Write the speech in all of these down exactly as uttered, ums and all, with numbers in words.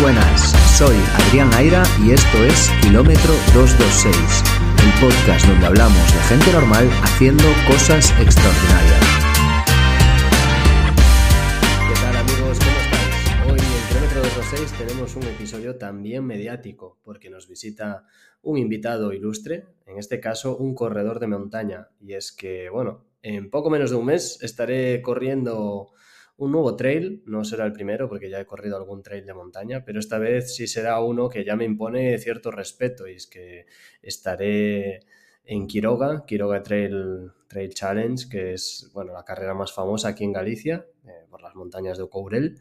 buenas, soy Adrián Aira y esto es Kilómetro doscientos veintiséis, el podcast donde hablamos de gente normal haciendo cosas extraordinarias. ¿Qué tal, amigos? ¿Cómo estáis? Hoy en Kilómetro doscientos veintiséis tenemos un episodio también mediático porque nos visita un invitado ilustre, en este caso un corredor de montaña, y es que, bueno, en poco menos de un mes estaré corriendo un nuevo trail. No será el primero porque ya he corrido algún trail de montaña, pero esta vez sí será uno que ya me impone cierto respeto, y es que estaré en Quiroga, Quiroga Trail, Trail Challenge, que es, bueno, la carrera más famosa aquí en Galicia, eh, por las montañas de Courel.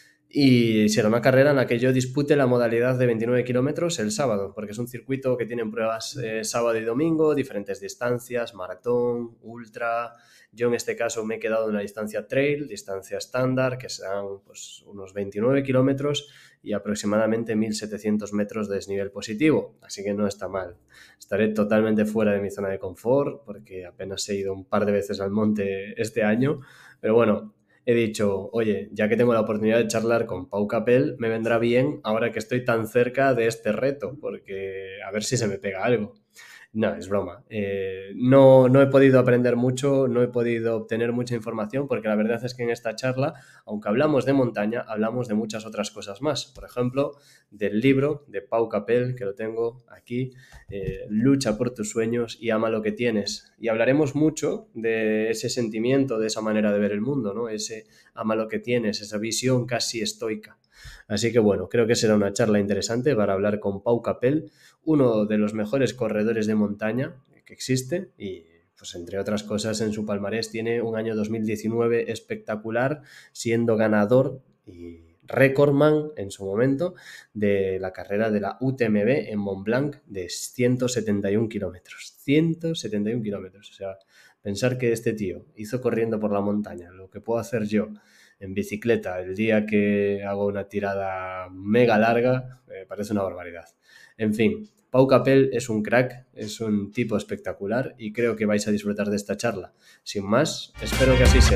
Y será una carrera en la que yo dispute la modalidad de veintinueve kilómetros el sábado, porque es un circuito que tiene pruebas eh, sábado y domingo, diferentes distancias, maratón, ultra. Yo en este caso me he quedado en la distancia trail, distancia estándar, que serán pues, unos veintinueve kilómetros y aproximadamente mil setecientos metros de desnivel positivo, así que no está mal. Estaré totalmente fuera de mi zona de confort, porque apenas he ido un par de veces al monte este año, pero bueno, he dicho, oye, ya que tengo la oportunidad de charlar con Pau Capel, me vendrá bien ahora que estoy tan cerca de este reto, porque a ver si se me pega algo. No, es broma. Eh, no, no he podido aprender mucho, no he podido obtener mucha información, porque la verdad es que en esta charla, aunque hablamos de montaña, hablamos de muchas otras cosas más. Por ejemplo, del libro de Pau Capel, que lo tengo aquí, eh, Lucha por tus sueños y ama lo que tienes. Y hablaremos mucho de ese sentimiento, de esa manera de ver el mundo, ¿no? Ese ama lo que tienes, esa visión casi estoica. Así que bueno, creo que será una charla interesante para hablar con Pau Capel, uno de los mejores corredores de montaña que existe, y pues entre otras cosas en su palmarés tiene un año dos mil diecinueve espectacular, siendo ganador y recordman en su momento de la carrera de la U T M B en Mont Blanc de ciento setenta y un kilómetros. ciento setenta y un kilómetros, o sea, pensar que este tío hizo corriendo por la montaña lo que puedo hacer yo en bicicleta el día que hago una tirada mega larga, me parece una barbaridad. En fin, Pau Capel es un crack, es un tipo espectacular y creo que vais a disfrutar de esta charla. Sin más, espero que así sea.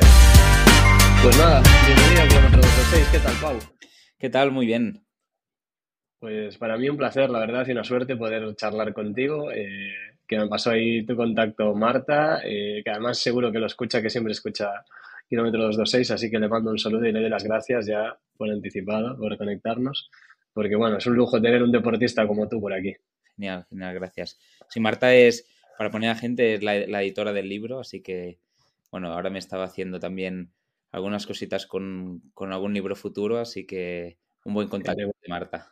Pues nada, bienvenido a Kilómetro doscientos veintiséis. ¿Qué tal, Pau? ¿Qué tal? Muy bien. Pues para mí un placer, la verdad, y una suerte poder charlar contigo. Eh, que me pasó ahí tu contacto Marta, eh, que además seguro que lo escucha, que siempre escucha Kilómetro doscientos veintiséis, así que le mando un saludo y le doy las gracias ya por anticipado, por conectarnos, porque bueno, es un lujo tener un deportista como tú por aquí. Genial, genial, gracias. Sí, Marta es, para poner a gente, es la, la editora del libro, así que, bueno, ahora me estaba haciendo también algunas cositas con, con algún libro futuro, así que un buen contacto de Marta.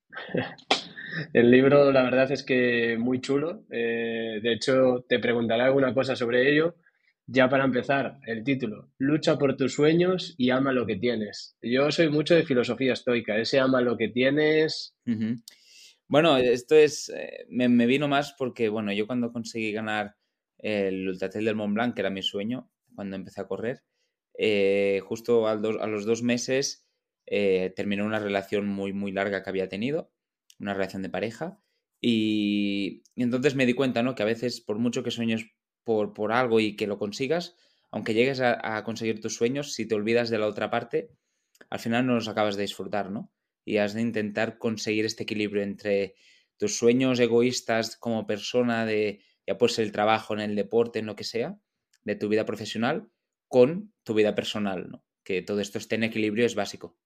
El libro, la verdad es que muy chulo. Eh, de hecho, te preguntaré alguna cosa sobre ello. Ya para empezar, el título, Lucha por tus sueños y ama lo que tienes. Yo soy mucho de filosofía estoica, ese ama lo que tienes. Uh-huh. Bueno, esto es, eh, me, me vino más porque, bueno, yo cuando conseguí ganar el Ultra Trail del Mont Blanc, que era mi sueño, cuando empecé a correr, eh, justo al dos, a los dos meses eh, terminé una relación muy, muy larga que había tenido, una relación de pareja, y, y entonces me di cuenta, ¿no? Que a veces, por mucho que sueñes por, por algo y que lo consigas, aunque llegues a, a conseguir tus sueños, si te olvidas de la otra parte, al final no los acabas de disfrutar, ¿no? Y has de intentar conseguir este equilibrio entre tus sueños egoístas como persona, de ya puede ser el trabajo, en el deporte, en lo que sea, de tu vida profesional, con tu vida personal, ¿no? Que todo esto esté en equilibrio es básico.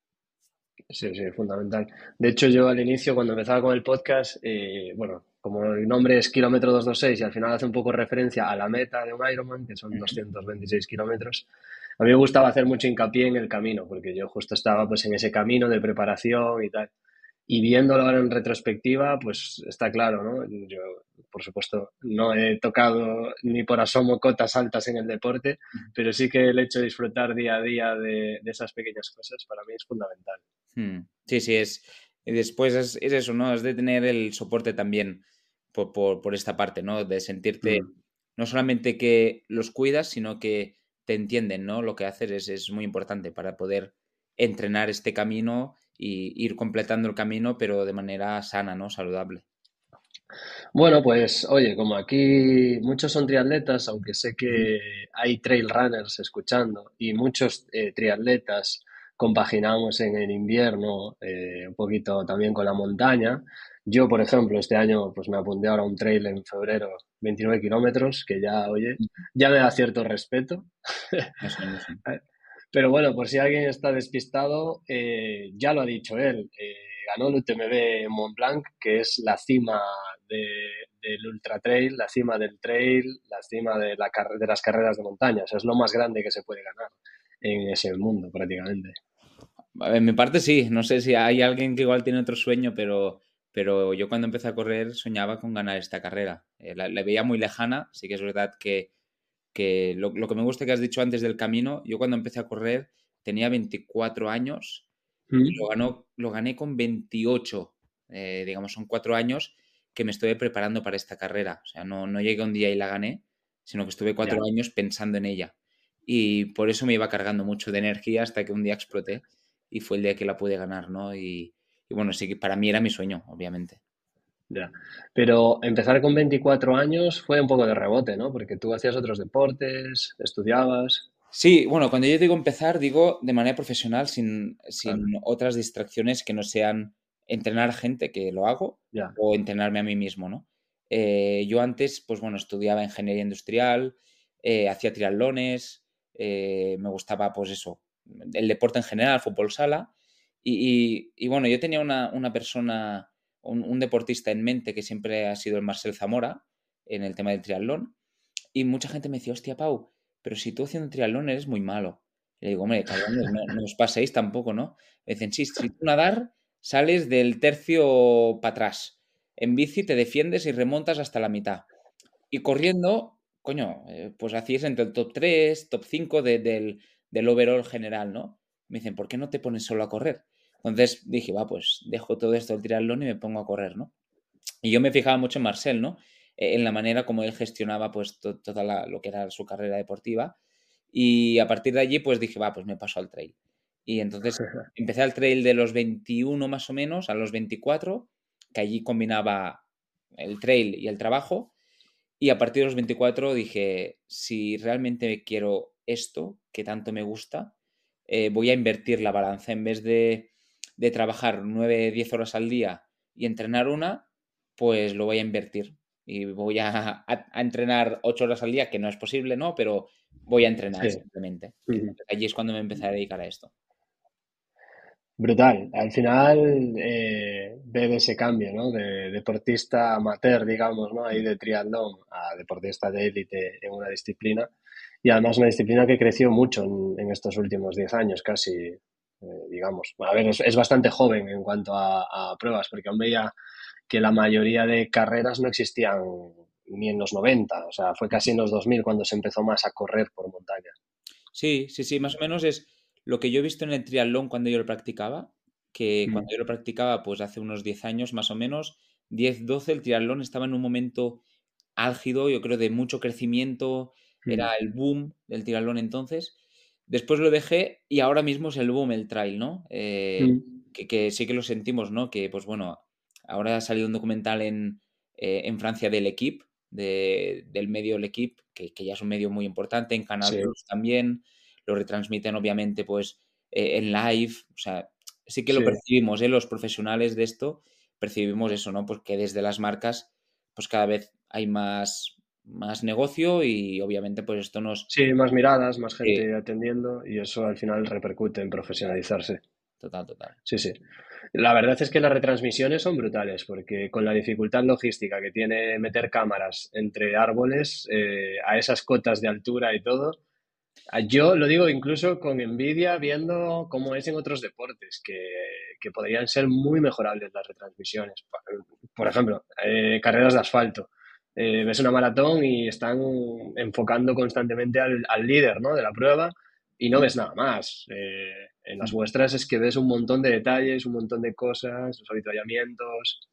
Sí, sí, fundamental. De hecho, yo al inicio, cuando empezaba con el podcast, eh, bueno, como el nombre es Kilómetro doscientos veintiséis y al final hace un poco referencia a la meta de un Ironman, que son doscientos veintiséis kilómetros, a mí me gustaba hacer mucho hincapié en el camino, porque yo justo estaba pues en ese camino de preparación y tal. Y viéndolo ahora en retrospectiva, pues está claro, ¿no? Yo, por supuesto, no he tocado ni por asomo cotas altas en el deporte, pero sí que el hecho de disfrutar día a día de, de esas pequeñas cosas para mí es fundamental. Hmm. Sí, sí, es. Y después es, es eso, ¿no? Es de tener el soporte también por, por, por esta parte, ¿no? De sentirte Mm. no solamente que los cuidas, sino que te entienden, ¿no? Lo que haces es, es muy importante para poder entrenar este camino y ir completando el camino, pero de manera sana, ¿no? Saludable. Bueno, pues oye, como aquí muchos son triatletas, aunque sé que hay trail runners escuchando y muchos eh, triatletas compaginamos en el invierno eh, un poquito también con la montaña. Yo, por ejemplo, este año pues me apunté ahora a un trail en febrero, veintinueve kilómetros, que ya, oye, ya me da cierto respeto. No sé, no sé. Pero bueno, por si alguien está despistado, eh, ya lo ha dicho él. Eh, ganó el U T M B Mont Blanc, que es la cima de, del ultra trail, la cima del trail, la cima de, la, de las carreras de montaña. O sea, es lo más grande que se puede ganar en ese mundo prácticamente. En mi parte sí, no sé si hay alguien que igual tiene otro sueño, pero, pero yo cuando empecé a correr soñaba con ganar esta carrera. Eh, la, la veía muy lejana, sí que es verdad que, que lo, lo que me gusta que has dicho antes del camino, yo cuando empecé a correr tenía veinticuatro años y lo, ¿Mm? ganó, lo gané con veintiocho. Eh, digamos, son cuatro años que me estuve preparando para esta carrera. O sea, no, no llegué un día y la gané, sino que estuve cuatro Ya. años pensando en ella. Y por eso me iba cargando mucho de energía hasta que un día exploté y fue el día que la pude ganar, ¿no? Y, y bueno, sí que para mí era mi sueño, obviamente. Ya. Pero empezar con veinticuatro años fue un poco de rebote, ¿no? Porque tú hacías otros deportes, estudiabas. Sí, bueno, cuando yo digo empezar, digo de manera profesional, sin, sin Claro. otras distracciones que no sean entrenar gente, que lo hago, Ya. o entrenarme a mí mismo, ¿no? Eh, yo antes, pues bueno, estudiaba ingeniería industrial, eh, hacía triatlones, eh, me gustaba, pues eso, el deporte en general, fútbol sala, y, y- y, bueno, yo tenía una, una persona, un, un deportista en mente que siempre ha sido el Marcel Zamora en el tema del triatlón, y mucha gente me decía, hostia, Pau, pero si tú haciendo triatlón eres muy malo. Y le digo, hombre, cabrones, no, no os paséis tampoco, ¿no? Me dicen, sí, si tú nadar sales del tercio para atrás. En bici te defiendes y remontas hasta la mitad. Y corriendo, coño, eh, pues hacías entre el top tres, top cinco de- del, del overall general, ¿no? Me dicen, ¿por qué no te pones solo a correr? Entonces dije, va, pues dejo todo esto del triatlón y me pongo a correr, ¿no? Y yo me fijaba mucho en Marcel, ¿no? Eh, En la manera como él gestionaba pues to- toda la- lo que era su carrera deportiva. Y a partir de allí pues dije, va, pues me paso al trail. Y entonces empecé al trail de los veintiuno más o menos a los veinticuatro, que allí combinaba el trail y el trabajo. Y a partir de los veinticuatro dije, si realmente quiero esto, que tanto me gusta, eh, voy a invertir la balanza. En vez de, de trabajar nueve diez horas al día y entrenar una, pues lo voy a invertir. Y voy a, a- a entrenar ocho horas al día, que no es posible, ¿no? Pero voy a entrenar Sí. simplemente. Y Ujú. entonces allí es cuando me empecé a dedicar a esto. Brutal. Al final, eh, ver ese cambio, ¿no? De deportista amateur, digamos, ¿no? Ahí de triatlón a deportista de élite en una disciplina. Y además una disciplina que creció mucho en, en estos últimos diez años, casi, eh, digamos. A ver, es, es bastante joven en cuanto a, a pruebas, porque aún veía que la mayoría de carreras no existían ni en los noventa. O sea, fue casi en los dos mil cuando se empezó más a correr por montaña. Sí, sí, sí, más o menos es lo que yo he visto en el triatlón cuando yo lo practicaba, que cuando Mm. yo lo practicaba, pues hace unos diez años más o menos, diez, doce, el triatlón estaba en un momento álgido, yo creo, de mucho crecimiento, era Mm. el boom del triatlón entonces. Después lo dejé y ahora mismo es el boom el trail, ¿no? Eh, Mm. que, que sí que lo sentimos, ¿no? Que, pues bueno, ahora ha salido un documental en, eh, en Francia del Equipe, de- del medio L'Equipe, que, que ya es un medio muy importante, en Canal Sí, Plus también, lo retransmiten obviamente pues eh, en live, o sea, sí que lo sí. percibimos, ¿eh? Los profesionales de esto percibimos eso, ¿no? Pues que desde las marcas pues cada vez hay más, más negocio y obviamente pues esto nos... Sí, más miradas, más eh, gente atendiendo y eso al final repercute en profesionalizarse. total, total. Sí, sí. La verdad es que las retransmisiones son brutales porque con la dificultad logística que tiene meter cámaras entre árboles eh, a esas cotas de altura y todo, a- yo lo digo incluso con envidia viendo cómo es en otros deportes que, que podrían ser muy mejorables las retransmisiones. Por, por ejemplo, eh, carreras de asfalto. Eh, ves una maratón y están enfocando constantemente al, al líder, ¿no? de la prueba y no ves nada más. Eh, en las vuestras es que ves un montón de detalles, un montón de cosas, los avituallamientos.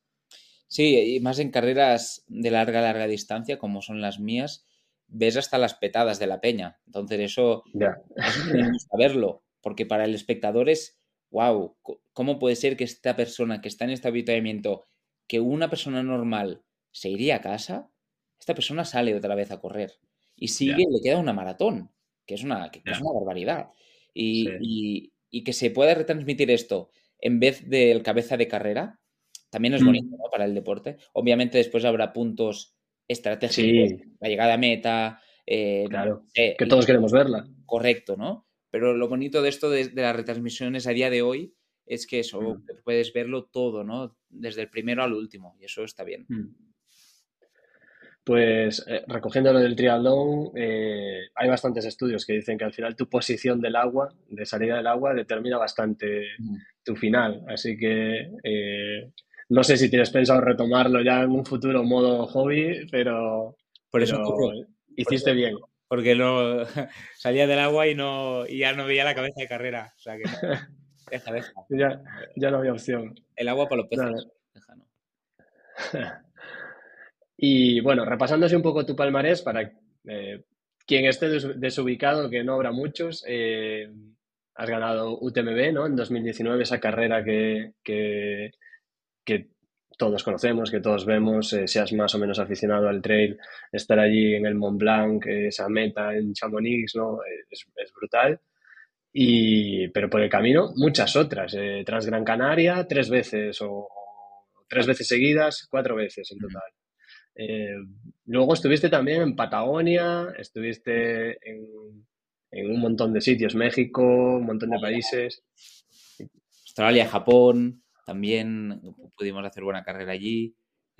Sí, y más en carreras de larga, larga distancia, como son las mías, ves hasta las petadas de la peña. Entonces eso, Ya. eso también me gusta verlo, porque para el espectador es, wow, ¿cómo puede ser que esta persona que está en este avituallamiento, que una persona normal se iría a casa, esta persona sale otra vez a correr y sigue Ya, y le queda una maratón, que es una, que, que es ya, una barbaridad. sí. Y, y que se pueda retransmitir esto en vez del cabeza de carrera, también es bonito, ¿no? Para el deporte. Obviamente después habrá puntos estratégicos, Sí, la llegada a meta, eh, claro. eh, Que el- todos queremos verla. correcto, ¿no? Pero lo bonito de esto de, de las retransmisiones a día de hoy es que eso, Mm, que puedes verlo todo, ¿no? Desde el primero al último, y eso está bien. mm. Pues eh, recogiendo lo del triatlón, eh, hay bastantes estudios que dicen que al final tu posición del agua, de salida del agua, determina bastante Mm. tu final. Así que eh, no sé si tienes pensado retomarlo ya en un futuro modo hobby, pero, Por eso pero corro, por eso hiciste bien. porque no salía del agua y no y ya no veía la cabeza de carrera. O sea que no, deja, deja. Ya, ya no había opción. El agua para los Nada. peces. Deja, no. Y bueno, repasando así un poco tu palmarés, para eh, quien esté des- desubicado, que no habrá muchos, eh, has ganado U T M B, ¿no? En dos mil diecinueve, esa carrera que, que, que todos conocemos, que todos vemos, eh, seas más o menos aficionado al trail, estar allí en el Mont Blanc, eh, esa meta en Chamonix, ¿no? Eh, Es, es brutal. Y, pero por el camino, muchas otras. Eh, Transgran Canaria, tres veces, o, o tres Cuatro. veces seguidas, cuatro veces en Ujú. total. Eh, Luego estuviste también en Patagonia, estuviste en, en un montón de sitios, México, un montón de países. Australia, Japón, también pudimos hacer buena carrera allí.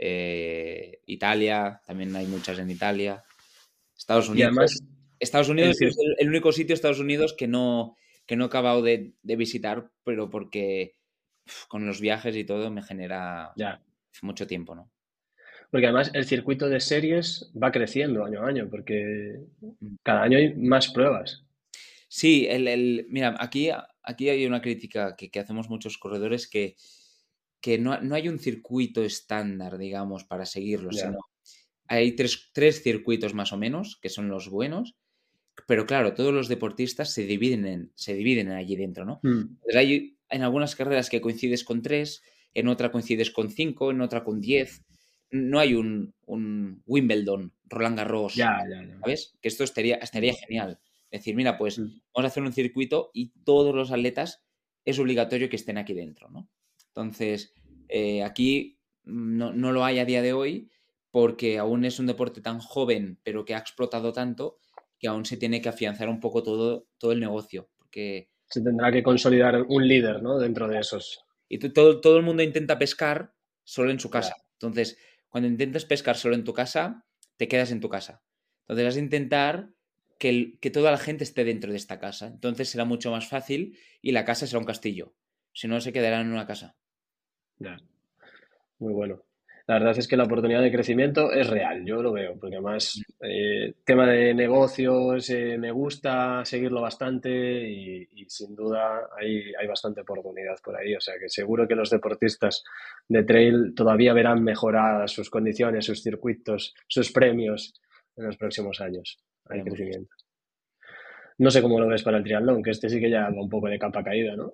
Eh, Italia, también hay muchas en Italia. Estados Y Unidos. además, Estados el Unidos es cir- el, el único sitio de Estados Unidos que no, que no he acabado de, de visitar, pero porque uf, con los viajes y todo me genera ya, mucho tiempo, ¿no? porque además el circuito de series va creciendo año a año, porque Mm. cada año hay más pruebas. Sí, el, el- mira, aquí, aquí hay una crítica que, que hacemos muchos corredores que, que no, no hay un circuito estándar, digamos, para seguirlo, Ya. sino hay tres, tres circuitos más o menos, que son los buenos, pero claro, todos los deportistas se dividen, en, se dividen allí dentro, ¿no? Mm, Entonces hay en algunas carreras que coincides con tres, en otra coincides con cinco, en otra con diez. No hay un, un Wimbledon, Roland Garros, ya, ya, ya. ¿sabes? Que esto estaría, estaría Mm, genial. Decir, mira, pues mm. vamos a hacer un circuito y todos los atletas es obligatorio que estén aquí dentro, ¿no? Entonces, eh, aquí no, no lo hay a día de hoy porque aún es un deporte tan joven, pero que ha explotado tanto que aún se tiene que afianzar un poco todo, todo el negocio. Porque Se tendrá que consolidar un líder, ¿no? Dentro de esos. y tú- todo, todo el mundo intenta pescar solo en su Ya. casa. Entonces, cuando intentas pescar solo en tu casa, te quedas en tu casa. Entonces, has de intentar que, el- que toda la gente esté dentro de esta casa. Entonces, será mucho más fácil y la casa será un castillo. Si no, se quedarán en una casa. Ya. Muy bueno. La verdad es que la oportunidad de crecimiento es real, yo lo veo, porque además, eh, tema de negocios, eh, me gusta seguirlo bastante y, y sin duda hay, hay bastante oportunidad por ahí. O sea que seguro que los deportistas de trail todavía verán mejoradas sus condiciones, sus circuitos, sus premios en los próximos años. Hay Veremos. crecimiento. No sé cómo lo ves para el triatlón, que este sí que ya va un poco de capa caída, ¿no?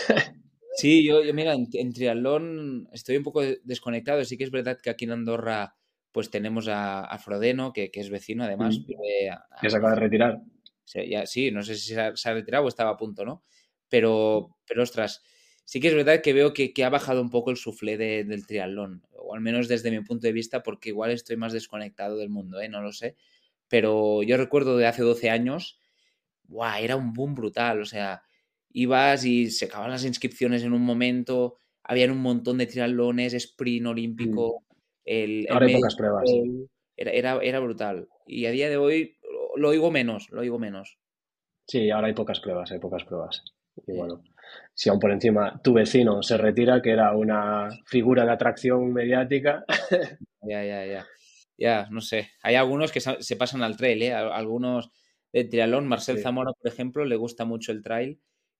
Sí, yo, yo mira, en, en triatlón estoy un poco de- desconectado. Sí que es verdad que aquí en Andorra pues tenemos a, a Frodeno, que, que es vecino además, Mm. vive a, Que a se acaba de retirar. se- ya, sí, no sé si se ha, se ha retirado o estaba a punto, ¿no? Pero, pero ostras, sí que es verdad que veo que, que ha bajado un poco el suflé de- del triatlón, o al menos desde mi punto de vista, porque igual estoy más desconectado del mundo, ¿eh? No lo sé. Pero yo recuerdo de hace doce años, ¡buah! Era un boom brutal, o sea, ibas y se acababan las inscripciones en un momento, habían un montón de triatlones, sprint Mm. olímpico, el, el Ahora hay medio pocas pruebas. trail, era, era, era brutal. Y a día de hoy lo, lo oigo menos, lo oigo menos. Sí, ahora hay pocas pruebas, hay pocas pruebas. Y Eh, bueno, si aún por encima tu vecino se retira, que era una figura de atracción mediática, ya, ya, ya. Ya, no sé. Hay algunos que sa- se pasan al trail, ¿eh? Al- Algunos de triatlón. Marcel sí. Zamora, por ejemplo, le gusta mucho el trail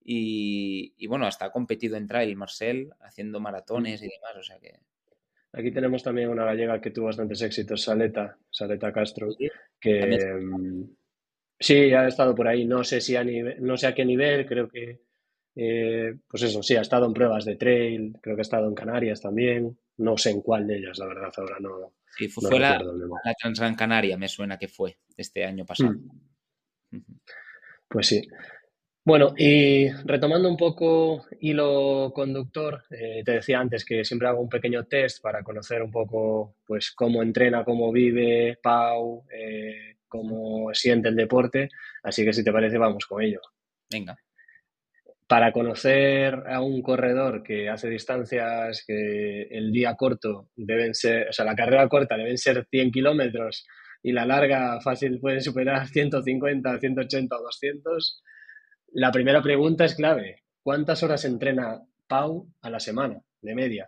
y, y bueno, hasta ha competido en trail, Marcel, haciendo Mm. maratones y demás, o sea que... Aquí tenemos también una gallega que tuvo bastantes éxitos, Saleta, Saleta Castro, Sí, también. que mm, sí, ha estado por ahí, no sé si a nivel, no sé a qué nivel, creo que, eh, pues eso, sí, ha estado en pruebas de trail, creo que ha estado en Canarias también, no sé en cuál de ellas, la verdad, ahora no, Sí, fu- no fue la, recuerdo el nombre. la Transgran Canaria, me suena que fue este año pasado. Mm. Ujú. Pues sí. Bueno, y retomando un poco hilo conductor, eh, te decía antes que siempre hago un pequeño test para conocer un poco, pues, cómo entrena, cómo vive Pau, eh, cómo siente el deporte. Así que si te parece, vamos con ello. Venga. Para conocer a un corredor que hace distancias que el día corto deben ser, o sea, la carrera corta deben ser cien kilómetros y la larga fácil puede superar ciento cincuenta, ciento ochenta o doscientos. La primera pregunta es clave. ¿Cuántas horas entrena Pau a la semana, de media?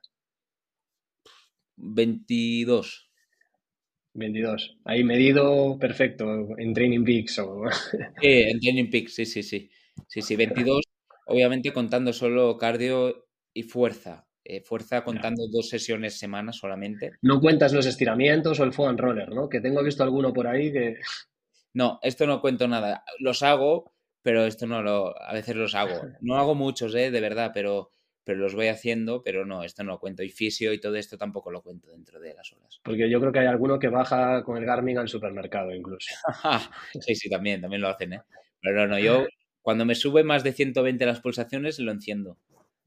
veintidós. veintidós. Ahí medido perfecto en Training Peaks o... Sí, en Training Peaks, sí, sí, sí. Sí, sí, veintidós, obviamente contando solo cardio y fuerza. Eh, fuerza contando dos sesiones semana solamente. No cuentas los estiramientos o el foam roller, ¿no? Que tengo visto alguno por ahí que... No, esto no cuento nada. Los hago, pero esto no lo, a veces los hago. No hago muchos, ¿eh? De verdad, pero, pero los voy haciendo, pero no, esto no lo cuento. Y fisio y todo esto tampoco lo cuento dentro de las horas. Porque yo creo que hay alguno que baja con el Garmin al supermercado incluso. Sí, sí, también, también lo hacen, ¿eh? Pero no, no, yo cuando me sube más de ciento veinte las pulsaciones lo enciendo.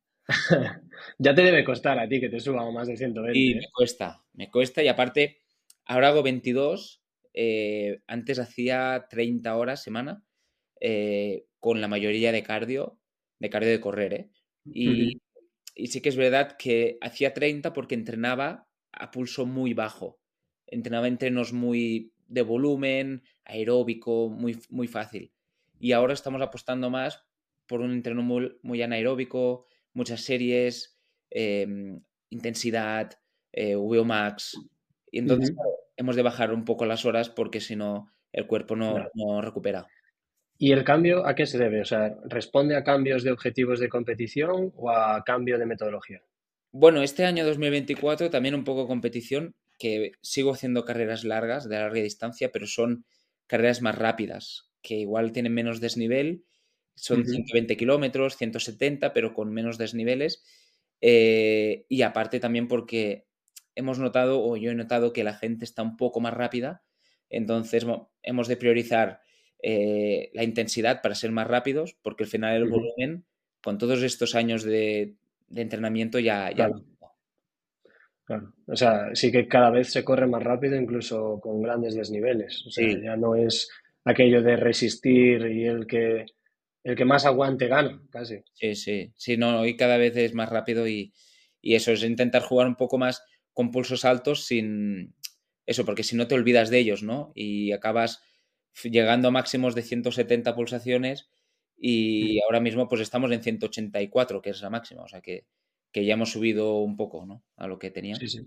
Ya te debe costar a ti que te suba a más de Y ciento veinte, me ¿eh? cuesta, me cuesta y aparte, ahora hago veintidós, eh, antes hacía treinta horas semana, eh, con la mayoría de cardio, de cardio de correr, ¿eh? Y, y sí que es verdad que hacía treinta porque entrenaba a pulso muy bajo, entrenaba entrenos muy de volumen, aeróbico, muy, muy fácil. Y ahora estamos apostando más por un entreno muy, muy anaeróbico, muchas series, eh, intensidad, eh, V O Max. Y entonces Ujú. claro, hemos de bajar un poco las horas porque si no el cuerpo no, Claro. no recupera. ¿Y el cambio a qué se debe? O sea, ¿responde a cambios de objetivos de competición o a cambio de metodología? Bueno, este año dos mil veinticuatro también un poco competición, que sigo haciendo carreras largas, de larga distancia, pero son carreras más rápidas, que igual tienen menos desnivel, son Ujú. ciento veinte kilómetros, ciento setenta, pero con menos desniveles. Eh, y aparte también porque hemos notado, o yo he notado que la gente está un poco más rápida, entonces bueno, hemos de priorizar eh, la intensidad para ser más rápidos, porque al final el Ujú. volumen, con todos estos años de, de entrenamiento, ya, ya lo Claro, tengo. claro. O sea, sí que cada vez se corre más rápido, incluso con grandes desniveles. O sea, Sí, ya no es aquello de resistir y el que, el que más aguante gana, casi. sí, sí. Sí, no, hoy cada vez es más rápido y, y eso es intentar jugar un poco más con pulsos altos sin eso, porque si no te olvidas de ellos, ¿no? Y acabas f- llegando a máximos de ciento setenta pulsaciones y Mm. ahora mismo pues estamos en ciento ochenta y cuatro, que es la máxima, o sea que, que ya hemos subido un poco, ¿no? A lo que tenía. Sí, sí.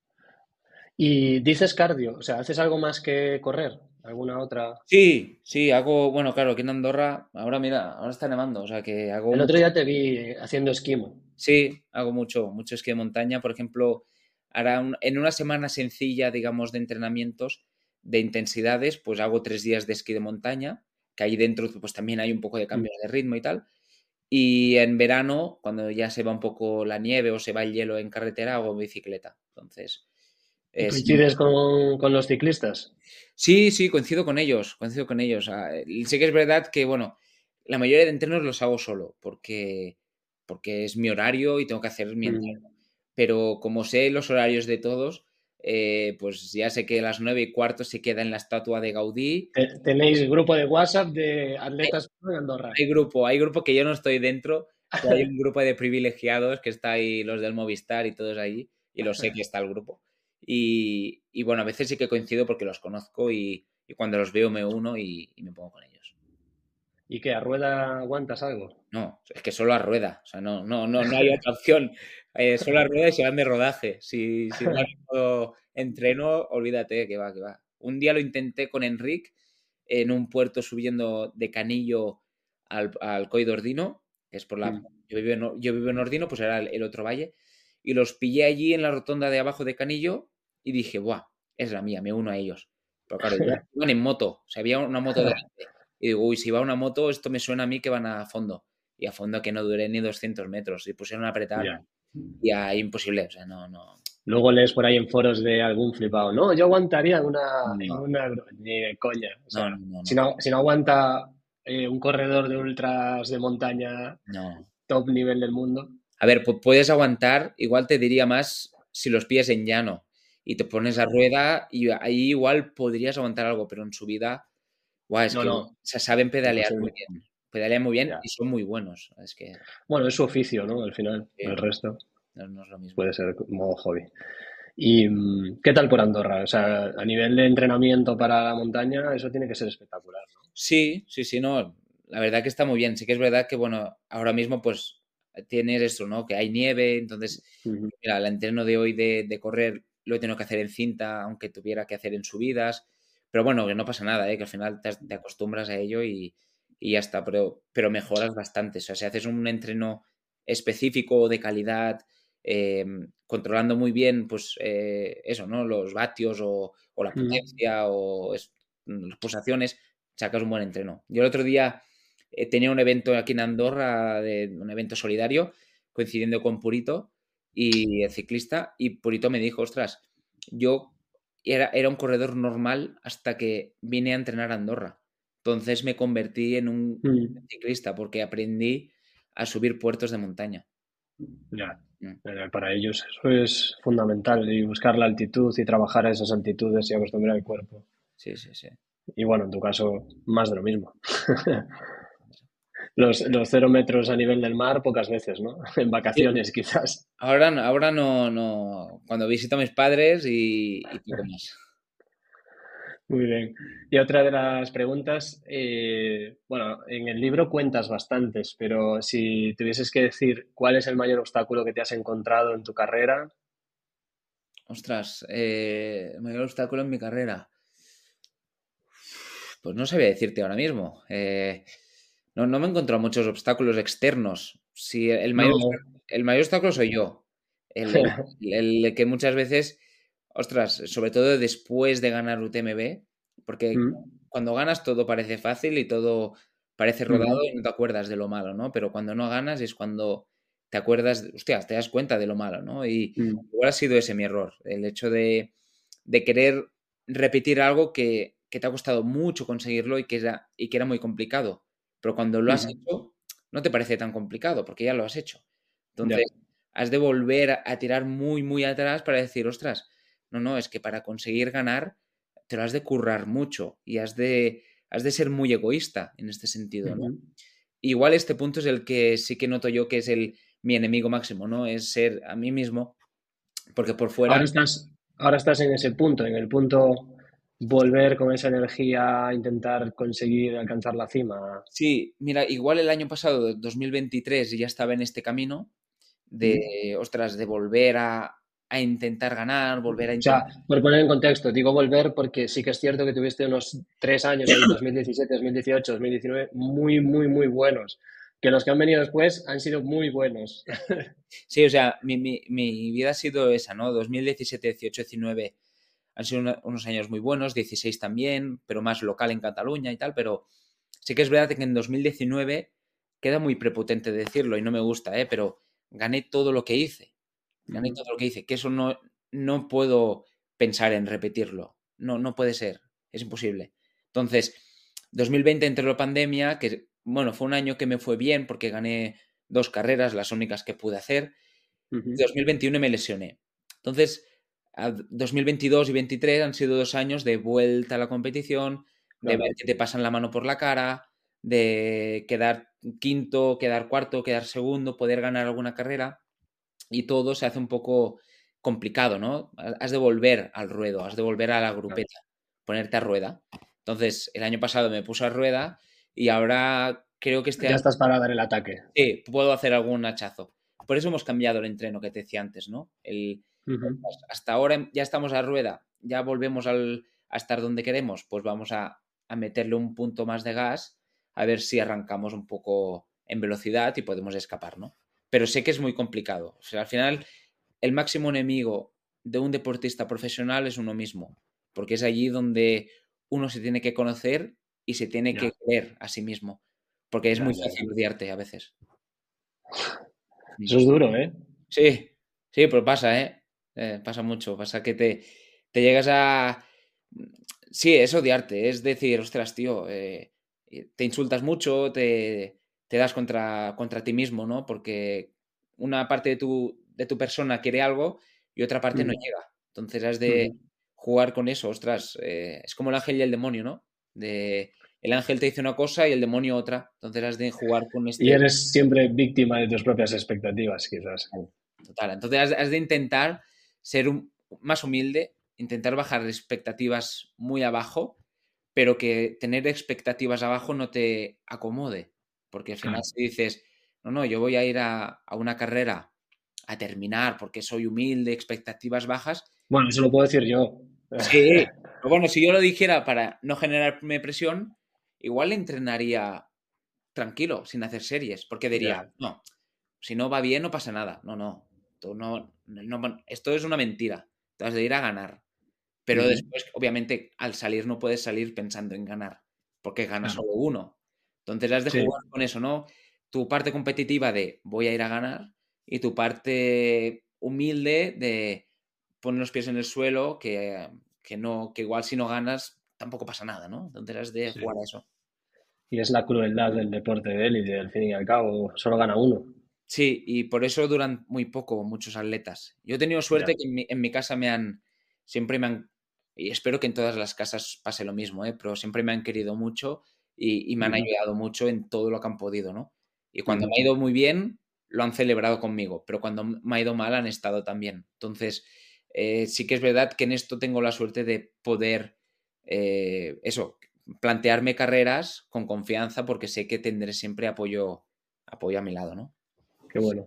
Y dices cardio, o sea, ¿haces algo más que correr? ¿Alguna otra? Sí, sí, hago, bueno, claro, aquí en Andorra, ahora mira, ahora está nevando, o sea que hago El otro mucho. día te vi haciendo esquimo. Sí, hago mucho, mucho esquí de montaña. Por ejemplo, ahora un- en una semana sencilla, digamos, de entrenamientos, de intensidades, pues hago tres días de esquí de montaña, que ahí dentro pues también hay un poco de Mm. cambios de ritmo y tal. Y en verano, cuando ya se va un poco la nieve o se va el hielo en carretera, hago bicicleta. Entonces, ¿Y es coincides con, con los ciclistas? sí, sí, coincido con ellos, coincido con ellos. Ah, y sí que es verdad que, bueno, la mayoría de entrenos los hago solo, porque, porque es mi horario y tengo que hacer mi Mm. entreno. Pero como sé los horarios de todos, eh, pues ya sé que a las nueve y cuarto se queda en la estatua de Gaudí. Te- ¿Tenéis grupo de WhatsApp de Hay, atletas en Andorra? hay grupo, hay grupo que yo no estoy dentro, pero hay un grupo de privilegiados que está ahí, los del Movistar y todos allí, y lo sé que está el grupo. Y, y bueno, a veces sí que coincido porque los conozco y, y cuando los veo me uno y, y me pongo con ellos. ¿Y qué? ¿A rueda aguantas algo? No, es que solo a rueda, o sea, no, no, no, no hay otra opción. Eh, solo a rueda y se van de rodaje. Si, si van en modo entreno, olvídate que va, que va. Un día lo intenté con Enric en un puerto subiendo de Canillo al, al Coll d'Ordino, que es por la... Mm. Yo vivo en, yo vivo en Ordino, pues era el, el otro valle, y los pillé allí en la rotonda de abajo de Canillo y dije, ¡buah! Es la mía, me uno a ellos. Pero claro, iban, iban en moto, o sea, había una moto delante. Y digo, uy, si va una moto, esto me suena a mí que van a fondo. Y a fondo que no duré ni doscientos metros. Y pusieron a apretar Ya. y a imposible. O sea, no, no, Luego lees por ahí en foros de algún flipado. No, yo aguantaría en una, en no, una... gru-". Ni de coña. O no, sea, no, no, si no. no, si no aguanta eh, un corredor de ultras de montaña No. top nivel del mundo. A ver, pu- puedes aguantar, igual te diría más si los pies en llano y te pones a rueda y ahí igual podrías aguantar algo, pero en subida, guau, es No, que no, se saben pedalear muy imposible. bien. Pedalean muy bien Ya. y son muy buenos. Es que Bueno, es su oficio, ¿no? Al final, eh, el resto no, no es lo mismo. puede ser modo hobby. ¿Y mm, qué tal por Andorra? O sea, a nivel de entrenamiento para la montaña, eso tiene que ser espectacular, ¿no? Sí, sí, sí, no. La verdad que está muy bien. Sí que es verdad que, bueno, ahora mismo pues tienes esto, ¿no? Que hay nieve, entonces, Ujú, mira, el entreno de hoy de, de correr lo he tenido que hacer en cinta, aunque tuviera que hacer en subidas. Pero bueno, que no pasa nada, ¿eh? Que al final te, as- te acostumbras a ello y, y ya está. Pero, pero mejoras bastante. O sea, si haces un entreno específico de calidad, eh, controlando muy bien, pues eh, eso, ¿no? Los vatios o, o la ujú. potencia o es- las pulsaciones sacas un buen entreno. Yo el otro día eh, tenía un evento aquí en Andorra, de, un evento solidario, coincidiendo con Purito y el ciclista, y Purito me dijo, ostras, yo era, era un corredor normal hasta que vine a entrenar a Andorra. Entonces me convertí en un Mm, ciclista porque aprendí a subir puertos de montaña. ya. Mm. Eh, Para ellos eso es fundamental y buscar la altitud y trabajar a esas altitudes y acostumbrar el cuerpo. Sí, sí, sí. Y bueno, en tu caso, más de lo mismo. Los, los cero metros a nivel del mar, pocas veces, ¿no? En Sí, vacaciones, quizás. ahora, no- ahora no, no. Cuando visito a mis padres y, y poco más. Muy bien. Y otra de las preguntas, eh, bueno, en el libro cuentas bastantes, pero si tuvieses que decir cuál es el mayor obstáculo que te has encontrado en tu carrera. Ostras, eh, el mayor obstáculo en mi carrera. Pues no sabía decirte ahora mismo. Eh, no, no me he encontrado muchos obstáculos externos. Si el mayor, No. obstáculo- el mayor obstáculo soy yo. El, el- el que muchas veces, ostras, sobre todo después de ganar U T M B, porque Mm, cuando ganas todo parece fácil y todo parece rodado ujú, y no te acuerdas de lo malo, ¿no? Pero cuando no ganas es cuando te acuerdas, de- hostia, te das cuenta de lo malo, ¿no? Y mm, igual ha sido ese mi error, el hecho de, de querer repetir algo que, que te ha costado mucho conseguirlo y que era, y que era muy complicado. Pero cuando lo has ujú. hecho, no te parece tan complicado porque ya lo has hecho. Ya, Entonces, has de volver a, a tirar muy, muy atrás para decir, ostras, no, no, es que para conseguir ganar te lo has de currar mucho y has de, has de ser muy egoísta en este sentido, ¿no? ujú. Igual este punto es el que sí que noto yo que es el, mi enemigo máximo, ¿no? Es ser a mí mismo, porque por fuera. Ahora estás, ahora estás en ese punto, en el punto volver con esa energía a intentar conseguir alcanzar la cima. Sí, mira, igual el año pasado, dos mil veintitrés, ya estaba en este camino ¿Mm? de, ostras, de volver a, a intentar ganar, volver a O sea, intentar. por poner en contexto, digo volver porque sí que es cierto que tuviste unos tres años ahí, dos mil diecisiete, dos mil dieciocho, dos mil diecinueve, muy, muy, muy buenos. Que los que han venido después han sido muy buenos. Sí, o sea, mi, mi- mi vida ha sido esa, ¿no? dos mil diecisiete, dieciocho, diecinueve han sido una- unos años muy buenos, dieciséis también, pero más local en Cataluña y tal, pero sí que es verdad que en dos mil diecinueve queda muy prepotente decirlo y no me gusta, ¿eh? Pero gané todo lo que hice, gané todo lo que hice, que eso no, no puedo pensar en repetirlo, no, no puede ser, es imposible. Entonces, dos mil veinte entró la pandemia, que bueno, fue un año que me fue bien porque gané dos carreras, las únicas que pude hacer. Ujú. dos mil veintiuno me lesioné. Entonces, a dos mil veintidós y veintitrés han sido dos años de vuelta a la competición, de ver Claro, que te pasan la mano por la cara, de quedar quinto, quedar cuarto, quedar segundo, poder ganar alguna carrera y todo se hace un poco complicado, ¿no? Has de volver al ruedo, has de volver a la claro. grupeta, ponerte a rueda. Entonces, el año pasado me puse a rueda y ahora creo que este Ya año estás para dar el ataque. sí, puedo hacer algún hachazo. Por eso hemos cambiado el entreno que te decía antes, ¿no? El, Ujú. hasta ahora ya estamos a rueda, ya volvemos al, a estar donde queremos, pues vamos a, a meterle un punto más de gas a ver si arrancamos un poco en velocidad y podemos escapar, ¿no? Pero sé que es muy complicado. O sea, al final, el máximo enemigo de un deportista profesional es uno mismo, porque es allí donde uno se tiene que conocer y se tiene que Ya, creer a sí mismo, porque es ya, muy ya, ya. fácil odiarte a veces. Eso es duro, ¿eh? Sí, sí, pero pasa, ¿eh? Eh, pasa mucho, pasa que te, te llegas a. Sí, es odiarte, es decir, ostras, tío, eh, te insultas mucho, te, te das contra, contra ti mismo, ¿no? Porque una parte de tu, de tu persona quiere algo y otra parte no Mm, llega. Entonces has de mm. jugar con eso, ostras. Eh, es como el ángel y el demonio, ¿no? De, el ángel te dice una cosa y el demonio otra. Entonces has de jugar con Y este... eres siempre víctima de tus propias expectativas, quizás. Total. Entonces has, has de intentar ser un- más humilde, intentar bajar expectativas muy abajo, pero que tener expectativas abajo no te acomode. Porque al final Claro. si dices, no, no, yo voy a ir a, a una carrera a terminar porque soy humilde, expectativas bajas. Bueno, eso lo puedo decir yo. Sí, pero bueno, si yo lo dijera para no generarme presión, igual entrenaría tranquilo, sin hacer series, porque diría, Ya. no, si no va bien no pasa nada. No, no, tú no, no, esto es una mentira. Te has de ir a ganar. Pero Ujú. después, obviamente, al salir no puedes salir pensando en ganar, porque gana Claro. solo uno. Entonces has de Sí. jugar con eso, ¿no? Tu parte competitiva de voy a ir a ganar y tu parte humilde de poner los pies en el suelo, que, que no, que igual si no ganas tampoco pasa nada, ¿no? Entonces has de Sí. jugar a eso. Y es la crueldad del deporte de élite, al fin y al cabo. Solo gana uno. Sí, y por eso duran muy poco muchos atletas. Yo he tenido Ya. suerte que en mi, en mi casa me han, siempre me han, y espero que en todas las casas pase lo mismo, ¿eh? Pero siempre me han querido mucho y, y me han Ujú. ayudado mucho en todo lo que han podido, ¿no? Y cuando Ujú. me ha ido muy bien, lo han celebrado conmigo, pero cuando me ha ido mal han estado también. Entonces, eh, sí que es verdad que en esto tengo la suerte de poder, eh, eso, plantearme carreras con confianza porque sé que tendré siempre apoyo, apoyo a mi lado, ¿no? Qué bueno.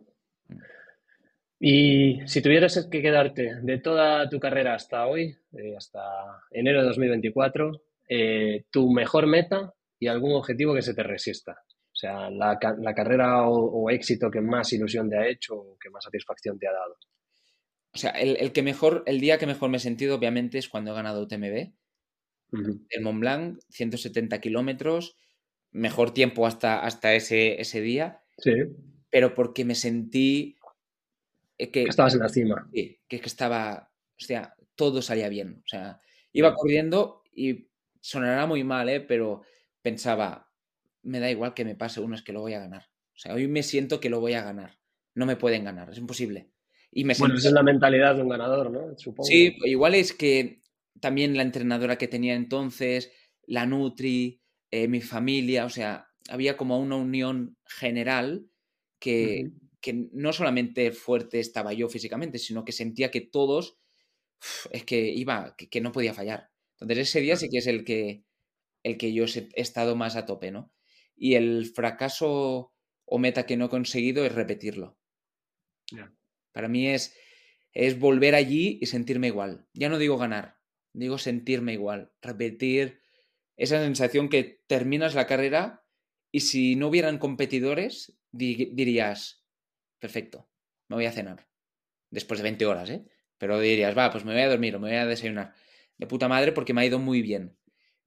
Y si tuvieras que quedarte de toda tu carrera hasta hoy, eh, hasta enero de dos mil veinticuatro, eh, tu mejor meta y algún objetivo que se te resista. O sea, la, ca- la carrera o, o éxito que más ilusión te ha hecho o que más satisfacción te ha dado. O sea, el, el que mejor, el día que mejor me he sentido, obviamente, es cuando he ganado U T M B. Ujú. El Mont Blanc, ciento setenta kilómetros, mejor tiempo hasta, hasta ese, ese día, Sí, pero porque me sentí eh, que que, estabas en la cima. que, que estaba, o sea, todo salía bien. O sea, iba Ya. corriendo y sonará muy mal, ¿eh? Pero pensaba, me da igual que me pase uno, es que lo voy a ganar. O sea, hoy me siento que lo voy a ganar. No me pueden ganar, es imposible. Y me Bueno, sentí esa es la mentalidad de un ganador, ¿no? sí, Supongo. igual es que también la entrenadora que tenía entonces, la Nutri, eh, mi familia, o sea, había como una unión general que, Ujú. que no solamente fuerte estaba yo físicamente, sino que sentía que todos, uf, es que iba, que, que no podía fallar. Entonces ese día sí Claro. que es el que, el que yo he estado más a tope, ¿no? Y el fracaso o meta que no he conseguido es repetirlo. Ya. Para mí es, es volver allí y sentirme igual. Ya no digo ganar, digo sentirme igual. Repetir esa sensación que terminas la carrera y si no hubieran competidores, di- dirías, perfecto, me voy a cenar. Después de veinte horas, ¿eh? Pero dirías, va, pues me voy a dormir o me voy a desayunar. De puta madre porque me ha ido muy bien.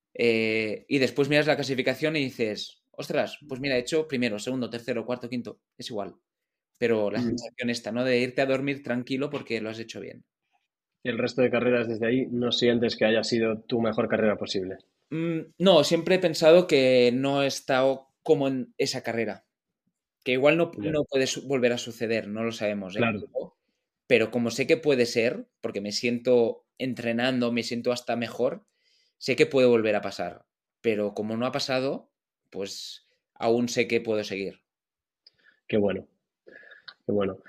Eh, y después miras la clasificación y dices, ostras, pues mira, he hecho primero, segundo, tercero, cuarto, quinto, es igual. Pero la Mm. sensación esta, ¿no? De irte a dormir tranquilo porque lo has hecho bien. Y el resto de carreras desde ahí no sientes que haya sido tu mejor carrera posible. Mm, no, siempre he pensado que no he estado como en esa carrera. Que igual no, Ya. no puede su- volver a suceder, no lo sabemos, ¿eh? Claro. Pero, pero como sé que puede ser, porque me siento entrenando, me siento hasta mejor, sé que puede volver a pasar. Pero como no ha pasado, pues aún sé que puedo seguir. Qué bueno, qué bueno.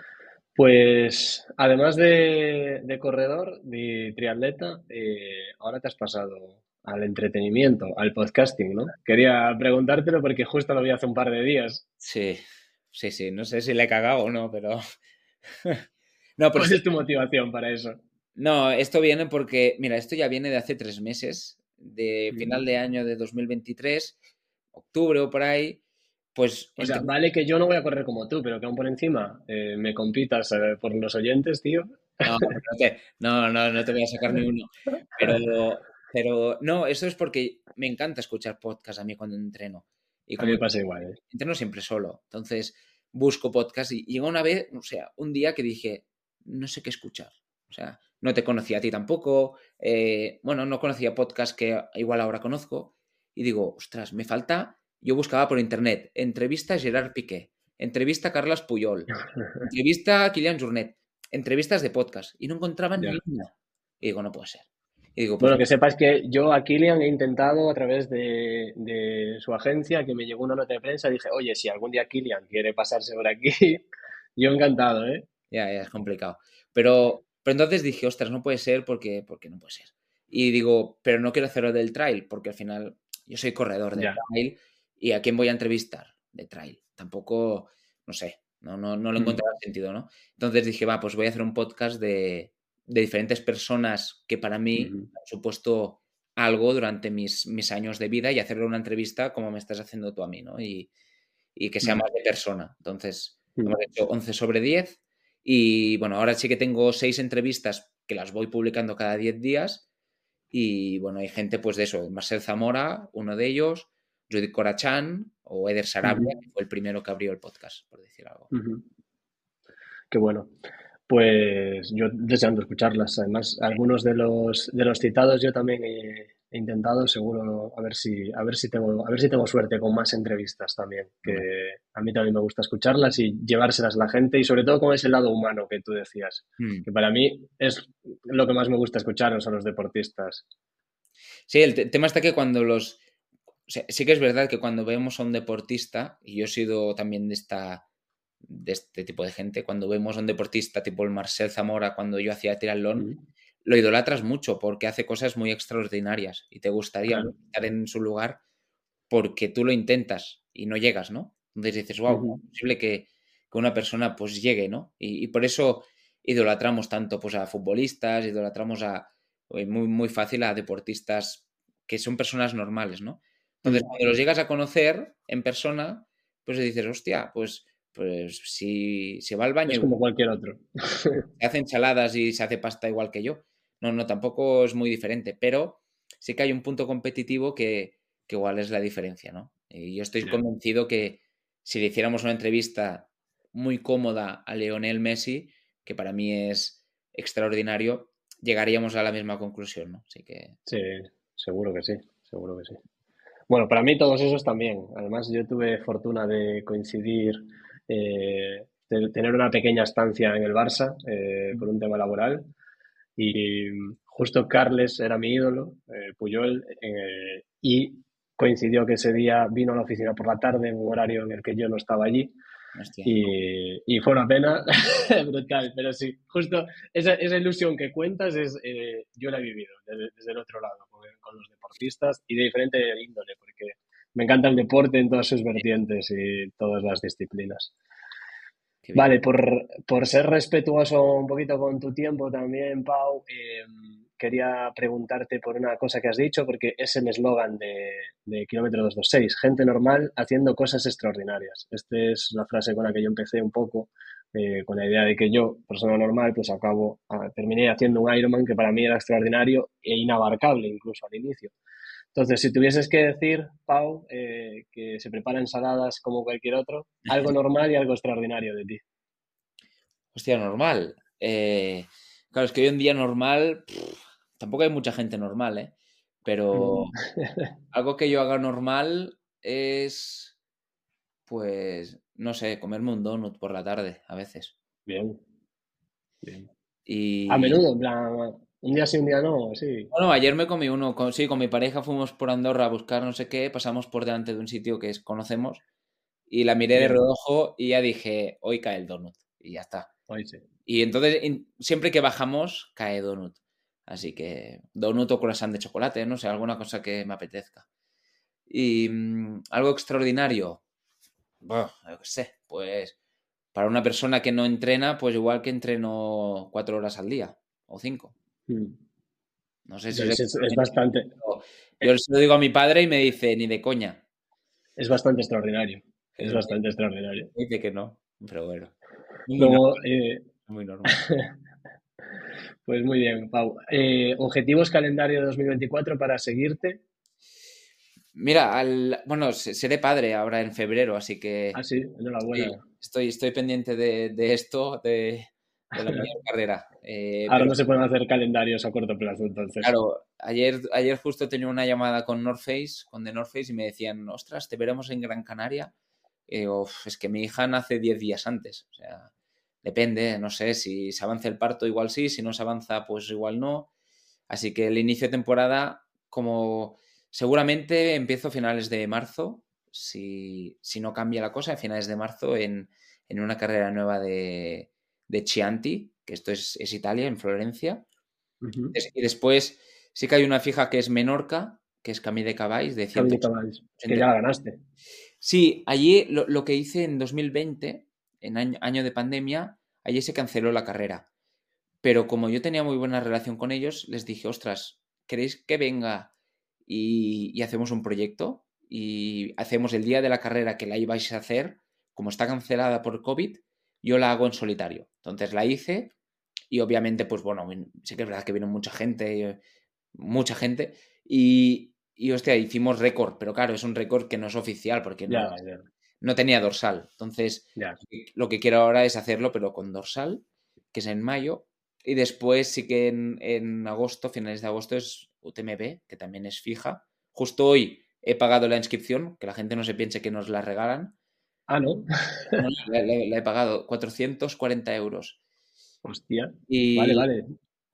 Pues además de, de corredor, de triatleta, eh, ahora te has pasado al entretenimiento, al podcasting, ¿no? Quería preguntártelo porque justo lo vi hace un par de días. Sí, sí, sí, no sé si le he cagado o no, pero... No, pero ¿Cuál sí, es tu motivación para eso? no, esto viene porque, mira, esto ya viene de hace tres meses, de final Ujú. de año de dos mil veintitrés, octubre o por ahí, pues O sea, entre... vale que yo no voy a correr como tú, pero que aún por encima eh, me compitas eh, por los oyentes, tío. No, no te, no, no, no te voy a sacar ni uno. Pero, pero no, eso es porque me encanta escuchar podcast a mí cuando entreno. Y A mí como me pasa igual, ¿eh? entreno siempre solo, entonces busco podcast y llegó una vez, o sea, un día que dije, no sé qué escuchar. O sea, no te conocía a ti tampoco. Eh, bueno, no conocía podcast que igual ahora conozco. y digo, ostras, me falta, yo buscaba por internet, entrevista a Gerard Piqué, entrevista a Carles Puyol, entrevista a Kylian Jornet, entrevistas de podcast, y no encontraba Ya. ni una. Y digo, no puede ser. Y digo, pues Bueno, que sepas que yo a Kylian he intentado a través de, de su agencia, que me llegó una nota de prensa, dije, oye, si algún día Kylian quiere pasarse por aquí, yo encantado, ¿eh? ya, ya es complicado. Pero, pero entonces dije, ostras, no puede ser porque, porque no puede ser. Y digo, pero no quiero hacerlo del trail, porque al final yo soy corredor de Ya. trail y ¿a quién voy a entrevistar de trail? Tampoco, no sé, no, no, no lo Mm. encontraba sentido, ¿no? Entonces dije, va, pues voy a hacer un podcast de, de diferentes personas que para mí Ujú. han supuesto algo durante mis, mis años de vida y hacerle una entrevista como me estás haciendo tú a mí, ¿no? Y, y que sea Mm. más de persona. Entonces, Mm. hemos hecho once sobre diez y bueno, ahora sí que tengo seis entrevistas que las voy publicando cada diez días y bueno, hay gente pues de eso, Marcel Zamora, uno de ellos, Judith Corachán o Eder Sarabia, Ujú. que fue el primero que abrió el podcast, por decir algo. Ujú. Qué bueno. Pues yo deseando escucharlas. Además, algunos de los de los citados yo también he, he intentado, seguro, a ver si, a ver si tengo, a ver si tengo suerte con más entrevistas también, que Hombre. a mí también me gusta escucharlas y llevárselas a la gente, y sobre todo con ese lado humano que tú decías, Mm. que para mí es lo que más me gusta escucharos a los deportistas. Sí, el te- tema está que cuando los... O sea, sí que es verdad que cuando vemos a un deportista, y yo he sido también de esta de este tipo de gente, cuando vemos a un deportista tipo el Marcel Zamora, cuando yo hacía triatlón, Mm. lo idolatras mucho porque hace cosas muy extraordinarias y te gustaría Claro. estar en su lugar porque tú lo intentas y no llegas, ¿no? Entonces dices, wow, ¿cómo Ujú. es posible que, que una persona pues llegue, ¿no? Y, y por eso idolatramos tanto pues a futbolistas, idolatramos a, eh, muy, muy fácil a deportistas que son personas normales, ¿no? Entonces, Mm. cuando los llegas a conocer en persona, pues dices, hostia, pues, pues si se va al baño Es igual, como cualquier otro. se hace ensaladas y se hace pasta igual que yo. No, no, tampoco es muy diferente, pero sí que hay un punto competitivo que, que igual es la diferencia, ¿no? Y yo estoy Ya. convencido que si le hiciéramos una entrevista muy cómoda a Lionel Messi, que para mí es extraordinario, llegaríamos a la misma conclusión, ¿no? Así que... Sí, seguro que sí, seguro que sí. Bueno, para mí todos esos también. Además, yo tuve fortuna de coincidir, eh, de tener una pequeña estancia en el Barça eh, por un tema laboral. Y justo Carles era mi ídolo, eh, Puyol, eh, y coincidió que ese día vino a la oficina por la tarde, en un horario en el que yo no estaba allí. Hostia. Y, y fue una pena brutal, pero sí, justo esa, esa ilusión que cuentas es, eh, yo la he vivido desde, desde el otro lado, con, con los deportistas y de diferente índole, porque me encanta el deporte en todas sus vertientes y todas las disciplinas. Qué bien. Vale, por, por ser respetuoso un poquito con tu tiempo también, Pau, eh, quería preguntarte por una cosa que has dicho, porque es el eslogan de, de Kilómetro doscientos veintiséis, gente normal haciendo cosas extraordinarias. Esta es la frase con la que yo empecé un poco, eh, con la idea de que yo, persona normal, pues acabo, ah, terminé haciendo un Ironman que para mí era extraordinario e inabarcable incluso al inicio. Entonces, si tuvieses que decir, Pau, eh, que se prepara ensaladas como cualquier otro, algo normal y algo extraordinario de ti. Hostia, normal. Eh, claro, es que hoy en día normal, pff, tampoco hay mucha gente normal, ¿eh? Pero Mm. algo que yo haga normal es, pues, no sé, comerme un donut por la tarde, a veces. Bien, bien. A Y, menudo, en plan, un día sí, un día no, sí. bueno, ayer me comí uno, con, sí, con mi pareja fuimos por Andorra a buscar no sé qué, pasamos por delante de un sitio que es- conocemos y la miré de Bien, reojo y ya dije, hoy cae el donut. Y ya está. hoy sí. Y entonces, in- siempre que bajamos, cae donut. Así que donut o croissant de chocolate, no sé, alguna cosa que me apetezca. Y mm, algo extraordinario. Bueno, yo qué sé, pues para una persona que no entrena, pues igual que entreno cuatro horas al día o cinco. Mm. No sé si es Es, es- es bastante, extraordinario. Yo se lo digo a mi padre y me dice, ni de coña. es bastante extraordinario. Es Eh, bastante extraordinario. Me dice que no, pero bueno, muy normal, Luego, eh, muy normal. pues muy bien, Pau. Eh, objetivos calendario de dos mil veinticuatro para seguirte. Mira, al, bueno, se- seré padre ahora en febrero, así Ah, que sí, enhorabuena. sí, estoy, estoy pendiente de, de esto, de, de la mayor carrera. Eh, Ahora pero no se pueden hacer calendarios a corto plazo, entonces. claro, ayer, ayer justo tenía una llamada con North Face, con The North Face, y me decían, ostras, te veremos en Gran Canaria. Y digo, "Uf, es que mi hija nace diez días antes. O sea, depende, no sé, si se avanza el parto, igual sí, si no se avanza, pues igual no. Así que el inicio de temporada, como seguramente empiezo a finales de marzo, si, si no cambia la cosa, a finales de marzo en, en una carrera nueva de, de Chianti, que esto es, es Italia, en Florencia. Uh-huh. Y después sí que hay una fija que es Menorca, que es Camí de Caballs, de Camí ciento de Caballs, que ya la ganaste. Sí, allí lo, lo que hice en dos mil veinte, en año, año de pandemia, allí se canceló la carrera. Pero como yo tenía muy buena relación con ellos, les dije, ostras, ¿queréis que venga y, y hacemos un proyecto? Y hacemos el día de la carrera que la ibais a hacer, como está cancelada por COVID, yo la hago en solitario. Entonces la hice y obviamente, pues bueno, sí que es verdad que vino mucha gente, mucha gente, y, y hostia, hicimos récord, pero claro, es un récord que no es oficial porque no, Ya, ya, no tenía dorsal. Entonces, ya. lo que quiero ahora es hacerlo, pero con dorsal, que es en mayo, y después sí que en, en agosto, finales de agosto, es U T M B, que también es fija. Justo hoy he pagado la inscripción, que la gente no se piense que nos la regalan. Ah, ¿no? No, la, la- la he pagado cuatrocientos cuarenta euros. Hostia. Vale, Y, vale.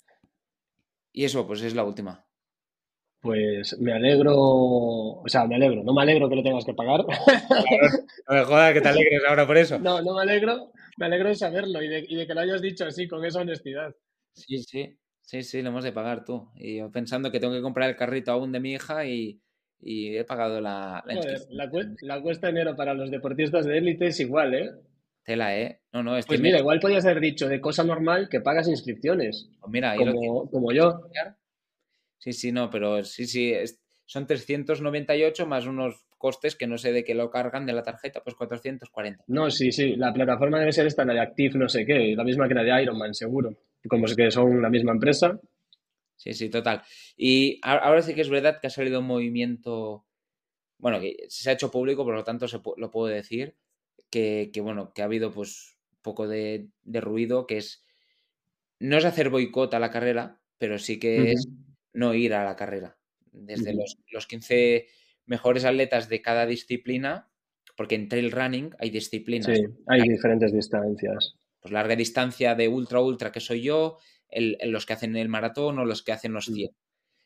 y eso, pues es la última. Pues me alegro, o sea, me alegro, no me alegro que lo tengas que pagar. No me jodas que te alegres ahora por eso. No, no me alegro, me alegro de saberlo y de, y de que lo hayas dicho así, con esa honestidad. Sí, sí, sí, sí, lo hemos de pagar tú. Y yo pensando que tengo que comprar el carrito aún de mi hija y, y he pagado la, la Joder, inscripción. la, cue- la cuesta de enero para los deportistas de élite es igual, ¿eh? Tela, ¿eh? No, no, este Pues mes, mira, igual podías haber dicho de cosa normal que pagas inscripciones, pues mira, ahí lo tienes. como, como yo. Sí, sí, no, pero sí, sí, es- son trescientos noventa y ocho más unos costes que no sé de qué lo cargan de la tarjeta, pues cuatrocientos cuarenta. No, sí, sí, la plataforma debe ser esta, la de Active no sé qué, la misma que la de Ironman, seguro. Como es que son la misma empresa. Sí, sí, total. Y a- ahora sí que es verdad que ha salido un movimiento, bueno, que se ha hecho público, por lo tanto se pu- lo puedo decir, que, que, bueno, que ha habido pues un poco de, de ruido, que es, no es hacer boicot a la carrera, pero sí que Ujú, es no ir a la carrera. Desde ujú. los, los quince mejores atletas de cada disciplina, porque en trail running hay Sí, disciplinas. hay diferentes distancias. Pues larga distancia de ultra ultra que soy yo, el, el- los que hacen el maratón o los que hacen los Mm. cien.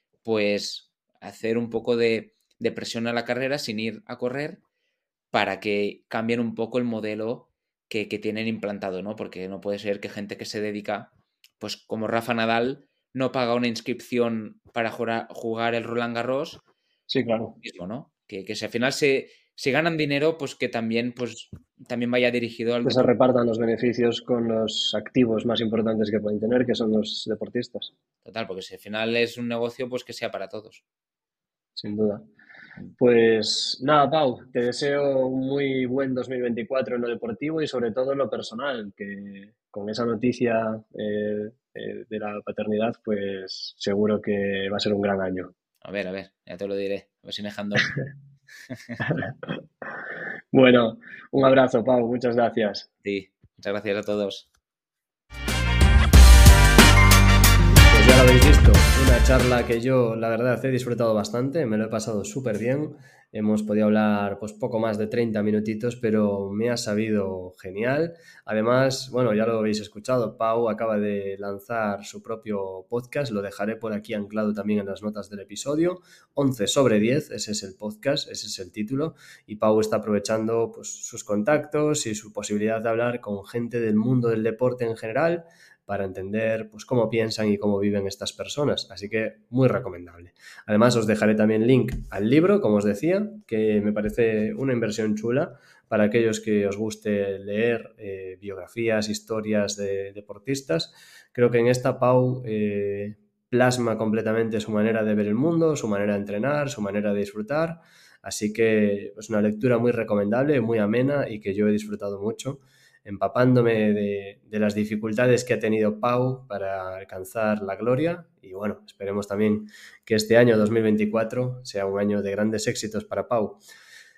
Pues hacer un poco de, de presión a la carrera sin ir a correr para que cambien un poco el modelo que, que tienen implantado, ¿no? Porque no puede ser que gente que se dedica, pues como Rafa Nadal, no paga una inscripción para jugar, jugar el Roland Garros, Sí, claro. mismo, ¿no? Que, que si al final se, si ganan dinero, pues que también, pues, también vaya dirigido al Que se deporte. repartan los beneficios con los activos más importantes que pueden tener, que son los deportistas, Total, porque si al final es un negocio, pues que sea para todos. sin duda. Pues nada, Pau, te deseo un muy buen dos mil veinticuatro en lo deportivo y sobre todo en lo personal, que con esa noticia eh, eh, de la paternidad, pues seguro que va a ser un gran año. A ver, a ver, ya te lo diré. A ver si me dejan dormir. Bueno, un abrazo, Pau, muchas gracias. Sí, muchas gracias a todos. Pues ya lo habéis visto, una charla que yo, la verdad, he disfrutado bastante, me lo he pasado súper bien. Hemos podido hablar pues poco más de treinta minutitos, pero me ha sabido genial. Además, bueno, ya lo habéis escuchado, Pau acaba de lanzar su propio podcast, lo dejaré por aquí anclado también en las notas del episodio. once sobre diez, ese es el podcast, ese es el título, y Pau está aprovechando pues, sus contactos y su posibilidad de hablar con gente del mundo del deporte en general, para entender pues, cómo piensan y cómo viven estas personas. Así que muy recomendable. Además, os dejaré también link al libro, como os decía, que me parece una inversión chula para aquellos que os guste leer eh, biografías, historias de deportistas. Creo que en esta Pau eh, plasma completamente su manera de ver el mundo, su manera de entrenar, su manera de disfrutar. Así que es una lectura muy recomendable, muy amena y que yo he disfrutado mucho, empapándome de, de, las dificultades que ha tenido Pau para alcanzar la gloria y bueno, esperemos también que este año dos mil veinticuatro sea un año de grandes éxitos para Pau.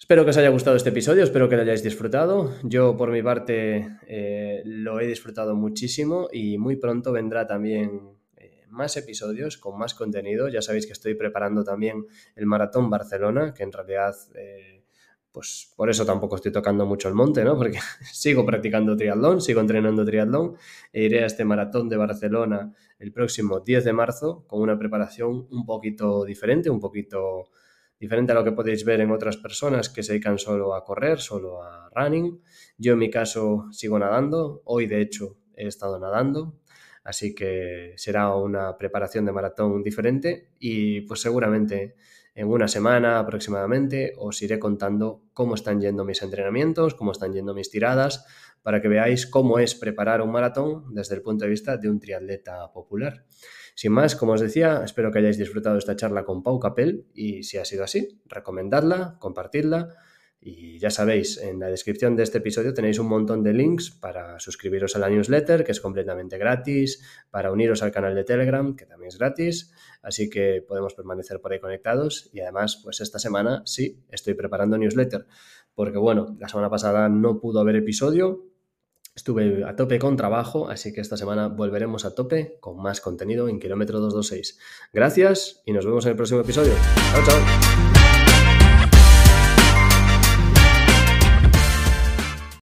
Espero que os haya gustado este episodio, espero que lo hayáis disfrutado. Yo, por mi parte, eh, lo he disfrutado muchísimo y muy pronto vendrá también eh, más episodios con más contenido. Ya sabéis que estoy preparando también el Maratón Barcelona, que en realidad, eh, pues por eso tampoco estoy tocando mucho el monte, ¿no? Porque sigo practicando triatlón, sigo entrenando triatlón e iré a este Maratón de Barcelona el próximo diez de marzo con una preparación un poquito diferente, un poquito... diferente a lo que podéis ver en otras personas que se dedican solo a correr, solo a running. Yo en mi caso sigo nadando. Hoy, de hecho, he estado nadando. Así que será una preparación de maratón diferente y pues seguramente en una semana aproximadamente os iré contando cómo están yendo mis entrenamientos, cómo están yendo mis tiradas, para que veáis cómo es preparar un maratón desde el punto de vista de un triatleta popular. Sin más, como os decía, espero que hayáis disfrutado esta charla con Pau Capel y si ha sido así, recomendadla, compartidla y ya sabéis, en la descripción de este episodio tenéis un montón de links para suscribiros a la newsletter, que es completamente gratis, para uniros al canal de Telegram, que también es gratis, así que podemos permanecer por ahí conectados y además, pues esta semana sí, estoy preparando newsletter, porque bueno, la semana pasada no pudo haber episodio. Estuve a tope con trabajo, así que esta semana volveremos a tope con más contenido en Kilómetro doscientos veintiséis. Gracias y nos vemos en el próximo episodio. Chao, chao.